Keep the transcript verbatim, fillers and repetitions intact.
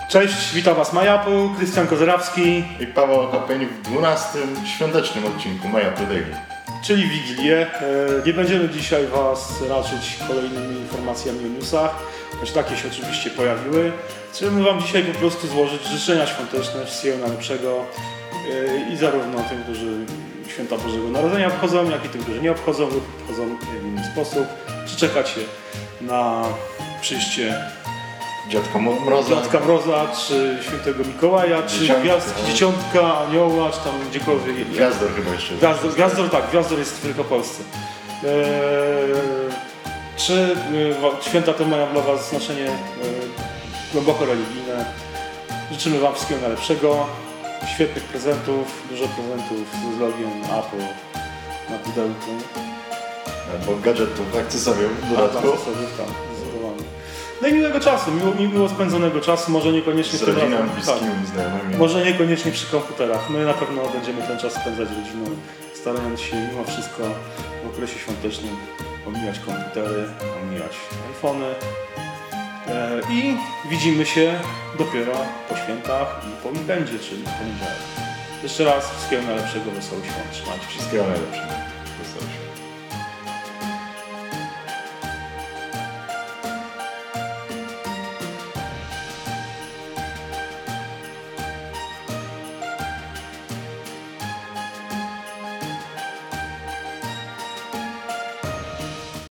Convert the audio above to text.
Cześć, witam Was Majapu, Krystian Kozerawski i Paweł Kapeń w dwunastym świątecznym odcinku Majapu Daily. Czyli Wigilię. Nie będziemy dzisiaj Was raczyć kolejnymi informacjami o newsach, choć takie się oczywiście pojawiły. Chcemy Wam dzisiaj po prostu złożyć życzenia świąteczne, wszystkiego najlepszego i zarówno tym, którzy Święta Bożego Narodzenia obchodzą, jak i tym, którzy nie obchodzą lub obchodzą w inny sposób. Czy czekacie na przyjście Dziadka Mroza, Dziadka Mroza, czy Świętego Mikołaja, czy Dzieciątka, gwiazdki, Dzieciątka, Anioła, czy tam gdziekolwiek. Gwiazdor chyba jeszcze. Gwiazdor, Gwiazdor tak, Gwiazdor jest w Wielkopolsce. Eee, czy e, święta te mają dla Was znaczenie e, głęboko religijne? Życzymy Wam wszystkiego najlepszego, świetnych prezentów, dużo prezentów z logiem Apple na pudełku. Albo gadżetów, akcesoriów w dodatku. Akcesoriów, tak, zdecydowanie. No i miłego czasu, miło, miło spędzonego czasu, może niekoniecznie z rodziną, razem, bliskimi, tak, znajomymi. może niekoniecznie przy komputerach. My na pewno będziemy ten czas spędzać z rodziną, starając się mimo wszystko w okresie świątecznym omijać komputery, omijać iPhony. E, I widzimy się dopiero po świętach i po weekendzie, czyli w poniedziałek. Jeszcze raz wszystkiego najlepszego, wesołych świąt. Trzymajcie się. Wszystkiego najlepszego.